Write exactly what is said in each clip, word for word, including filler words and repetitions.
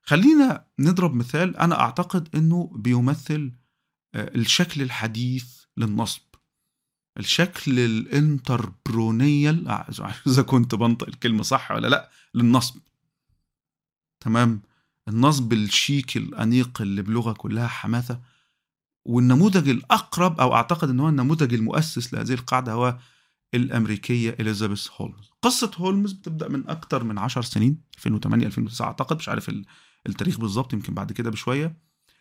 خلينا نضرب مثال أنا أعتقد أنه بيمثل الشكل الحديث للنصب، الشكل الانتربرونيال، إذا كنت بنطق الكلمة صح ولا لا، للنصب. تمام؟ النصب الشيك الأنيق اللي بلغة كلها حماثة. والنموذج الأقرب أو أعتقد أنه النموذج المؤسس لهذه القاعدة هو الأمريكية إليزابيث هولمز. قصة هولمز بتبدأ من أكتر من عشر سنين، ألفين وثمانية ألفين وتسعة أعتقد، مش عارف التاريخ بالظبط، يمكن بعد كده بشوية.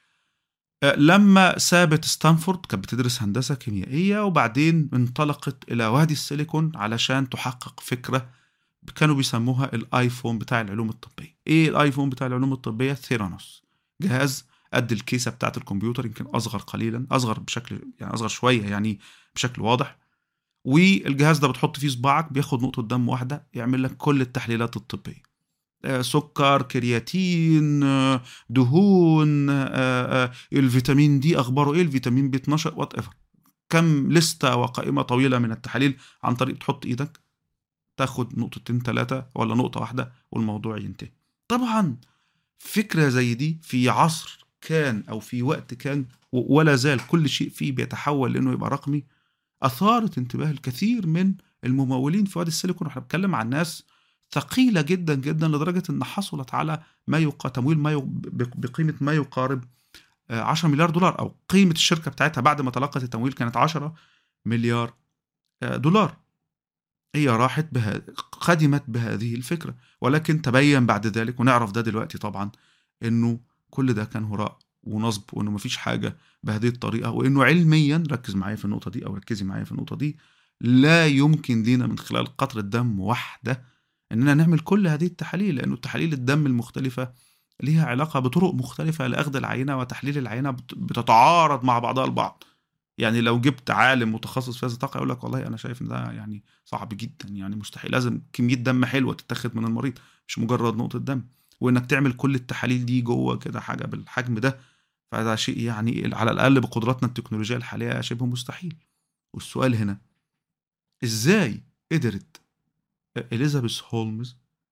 لما سابت ستانفورد كانت بتدرس هندسة كيميائية، وبعدين انطلقت إلى وادي السيليكون علشان تحقق فكرة كانوا بيسموها الآيفون بتاع العلوم الطبية. إيه الآيفون بتاع العلوم الطبية؟ ثيرانوس، جهاز قد الكيسة بتاعت الكمبيوتر، يمكن أصغر قليلا، أصغر بشكل يعني أصغر شوية يعني بشكل واضح. والجهاز ده بتحط فيه صباعك، بياخد نقطة دم واحدة يعمل لك كل التحليلات الطبية، سكر، كرياتين، دهون، الفيتامين دي أخباره إيه، الفيتامين بي اثناشر، وات ايفر، كم لستة وقائمة طويلة من التحاليل، عن طريق تحط إيدك تاخد نقطتين ثلاثة ولا نقطة واحدة والموضوع ينتهي. طبعا فكرة زي دي في عصر كان أو في وقت كان ولا زال كل شيء فيه بيتحول لأنه يبقى رقمي، أثارت انتباه الكثير من الممولين في وادي السيليكون. واحنا بنتكلم عن ناس ثقيلة جدا جدا لدرجة أن حصلت على ما يقا تمويل ما بقيمة ما يقارب عشرة مليار دولار، أو قيمة الشركة بتاعتها بعد ما تلقت التمويل كانت عشرة مليار دولار. هي راحت بها قدمت بهذه الفكرة، ولكن تبين بعد ذلك، ونعرف ده دلوقتي طبعا، أنه كل ده كان هراء ونصب، وأنه مفيش حاجة بهذه الطريقة، وأنه علميا، ركز معايا في النقطة دي أو ركزي معايا في النقطة دي، لا يمكن لينا من خلال قطرة دم واحدة أننا نعمل كل هذه التحاليل، لأنه تحاليل الدم المختلفة ليها علاقة بطرق مختلفة لأخذ العينة وتحليل العينة بتتعارض مع بعضها البعض. يعني لو جبت عالم متخصص في هذا الطاقة يقول لك والله أنا شايف إن ده يعني صعب جدا، يعني مستحيل، لازم كمية دم حلوة تتاخد من المريض، مش مجرد نقطة دم، وإنك تعمل كل التحاليل دي جوه كده حاجة بالحجم ده، فهذا شيء يعني على الأقل بقدراتنا التكنولوجية الحالية شبه مستحيل. والسؤال هنا، إزاي قدرت إليزابيث هولمز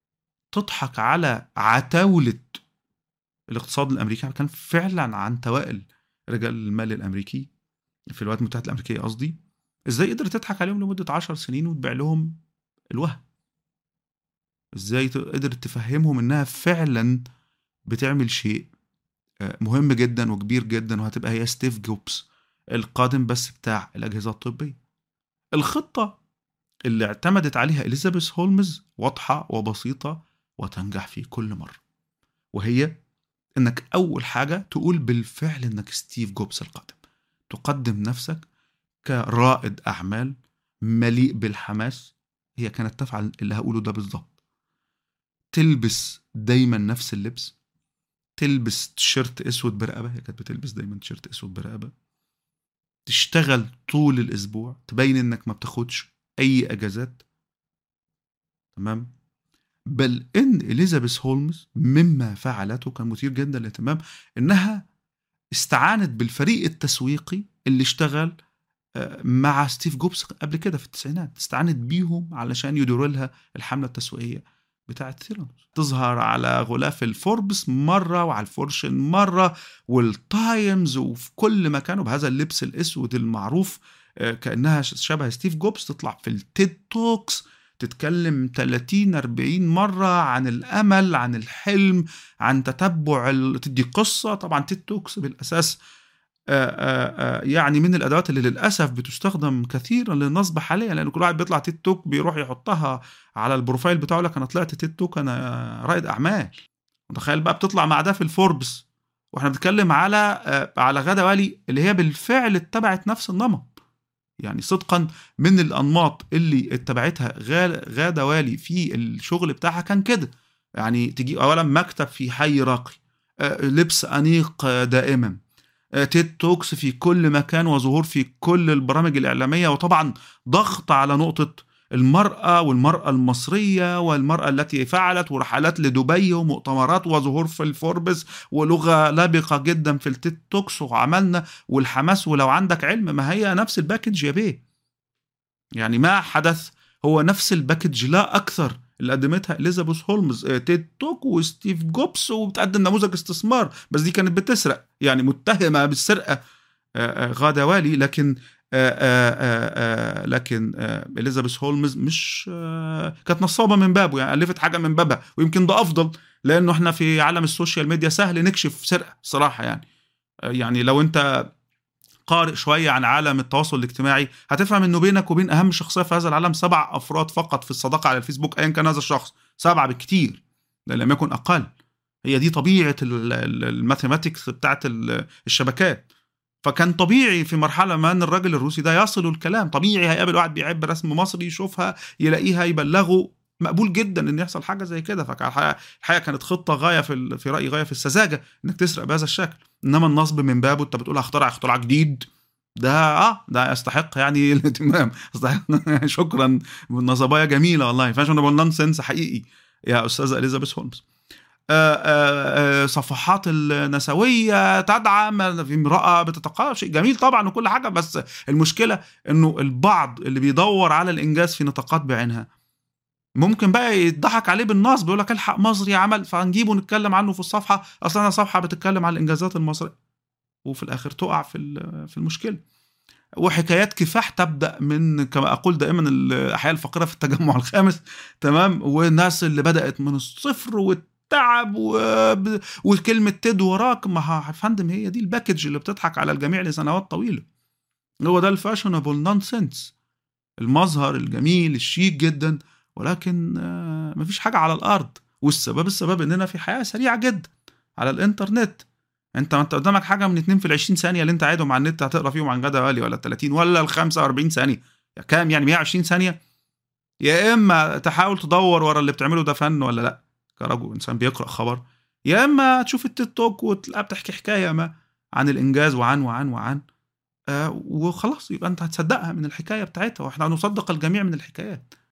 تضحك على عتاولة الاقتصاد الأمريكي؟ كان فعلا عن توائل رجال المال الأمريكي في الولايات المتحدة الأمريكية قصدي. إزاي قدرت تضحك عليهم لمدة عشر سنين وتبيع لهم الوهم؟ إزاي قدرت تفهمهم إنها فعلا بتعمل شيء مهم جدا وكبير جدا، وهتبقى هي ستيف جوبز القادم بس بتاع الأجهزة الطبية؟ الخطة اللي اعتمدت عليها إليزابيث هولمز واضحة وبسيطة وتنجح في كل مرة، وهي إنك أول حاجة تقول بالفعل إنك ستيف جوبز القادم، تقدم نفسك كرائد أعمال مليء بالحماس. هي كانت تفعل اللي هقوله ده بالضبط، تلبس دايما نفس اللبس، تلبس تيشيرت اسود برقبة، هي كانت بتلبس دايما تيشيرت اسود برقبة، تشتغل طول الأسبوع، تبين إنك ما بتاخدش أي أجازات. تمام؟ بل إن إليزابيث هولمز مما فعلته كان مثير جدا للاهتمام، إنها استعانت بالفريق التسويقي اللي اشتغل مع ستيف جوبز قبل كده في التسعينات، استعانت بيهم علشان يديروا لها الحملة التسويقية بتاعت ثيرانوس، تظهر على غلاف الفوربس مرة وعلى الفورشن مرة والتايمز وفي كل مكان، وبهذا اللبس الأسود المعروف كأنها شبه ستيف جوبز، تطلع في التيد توكس تتكلم ثلاثين أربعين مرة عن الأمل، عن الحلم، عن تتبع، تدي قصة. طبعا تيد توكس بالأساس آآ آآ يعني من الأدوات اللي للأسف بتستخدم كثيرا للنصب حاليا، لأن كل واحد بيطلع تيد توك بيروح يحطها على البروفايل بتاعه لك أنا طلعت تيد توك، أنا رائد أعمال. متخيل بقى بتطلع مع ده في الفوربس، واحنا بنتكلم على على غادة والي اللي هي بالفعل اتبعت نفس النمط. يعني صدقا من الأنماط اللي اتبعتها غادة والي في الشغل بتاعها كان كده، يعني تجي أولا مكتب في حي راقي، لبس أنيق دائما، تيد توكس في كل مكان وظهور في كل البرامج الإعلامية، وطبعا ضغط على نقطة المرأة والمرأة المصرية والمرأة التي فعلت ورحلات لدبي ومؤتمرات وظهور في الفوربس ولغة لبقة جدا في التيد توكس وعملنا والحماس. ولو عندك علم ما هي نفس الباكج يا بيه، يعني ما حدث هو نفس الباكج لا أكثر، اللي قدمتها إليزابيث هولمز، تيد توك وستيف جوبز، وبتقدم نموذج استثمار، بس دي كانت بتسرق، يعني متهمة بالسرقة غادة والي. لكن آآ آآ آآ لكن آآ إليزابيث هولمز مش كانت نصابة من بابه، يعني ألفت حاجة من بابها، ويمكن ده أفضل، لأنه إحنا في عالم السوشيال ميديا سهل نكشف سرقة صراحة. يعني يعني لو أنت قارئ شوية عن عالم التواصل الاجتماعي هتفهم إنه بينك وبين أهم شخصية في هذا العالم سبع أفراد فقط في الصداقة على الفيسبوك أيا كان هذا الشخص، سبعة بالكتير لم يكن أقل. هي دي طبيعة الماثيماتيكس بتاعت الشبكات. فكان طبيعي في مرحلة ما أن الراجل الروسي ده يصل الكلام، طبيعي هيقابل واحد بيعب رسم مصري يشوفها يلاقيها يبلغه، مقبول جدا ان يحصل حاجه زي كده. فالحقيقه كانت خطه غايه في في رايي غايه في السذاجه انك تسرق بهذا الشكل. انما النصب من بابه انت بتقول هخترع اختراع جديد، ده اه ده يستحق يعني الاهتمام، يستحق شكرا، نظبايه جميله والله، فاشونبل نونسنس حقيقي يا استاذه اليزابيث هولمز. آآ آآ صفحات النسويه تدعم في امراه بتتقاعد، شيء جميل طبعا وكل حاجه، بس المشكله انه البعض اللي بيدور على الانجاز في نطاقات بعينها ممكن بقى يضحك عليه بالنصب، بيقول لك الحق مصري عمل فهنجيبه نتكلم عنه في الصفحه، اصلا انا صفحه بتتكلم عن الانجازات المصريه، وفي الاخر تقع في في المشكله. وحكايات كفاح تبدا من كما اقول دائما الاحياء الفقيره في التجمع الخامس، تمام، والناس اللي بدات من الصفر والتعب و... وكلمه تد وراك، ما يا فندم هي دي الباكج اللي بتضحك على الجميع لسنوات طويله. هو ده الفاشونبل نونسنس، المظهر الجميل الشيك جدا، ولكن مفيش حاجة على الأرض. والسبب السبب إننا في حياة سريعة جدا على الإنترنت. أنت ما أنت قدامك حاجة من اتنين في العشرين ثانية اللي أنت قاعدهم على النت هتقرأ فيهم عن غادة والي، ولا التلاتين ولا الخمسة وأربعين ثانية، يا كام يعني مية وعشرين ثانية. يا إما تحاول تدور ورا اللي بتعمله ده فن ولا لأ كرجل إنسان بيقرأ خبر، يا إما تشوف التيك توك وتلاقيها بتحكي حكاية ما عن الإنجاز وعن وعن وعن آه وخلاص، يبقى أنت هتصدقها من الحكاية بتاعتها، وإحنا هنصدق الجميع من الحكايات.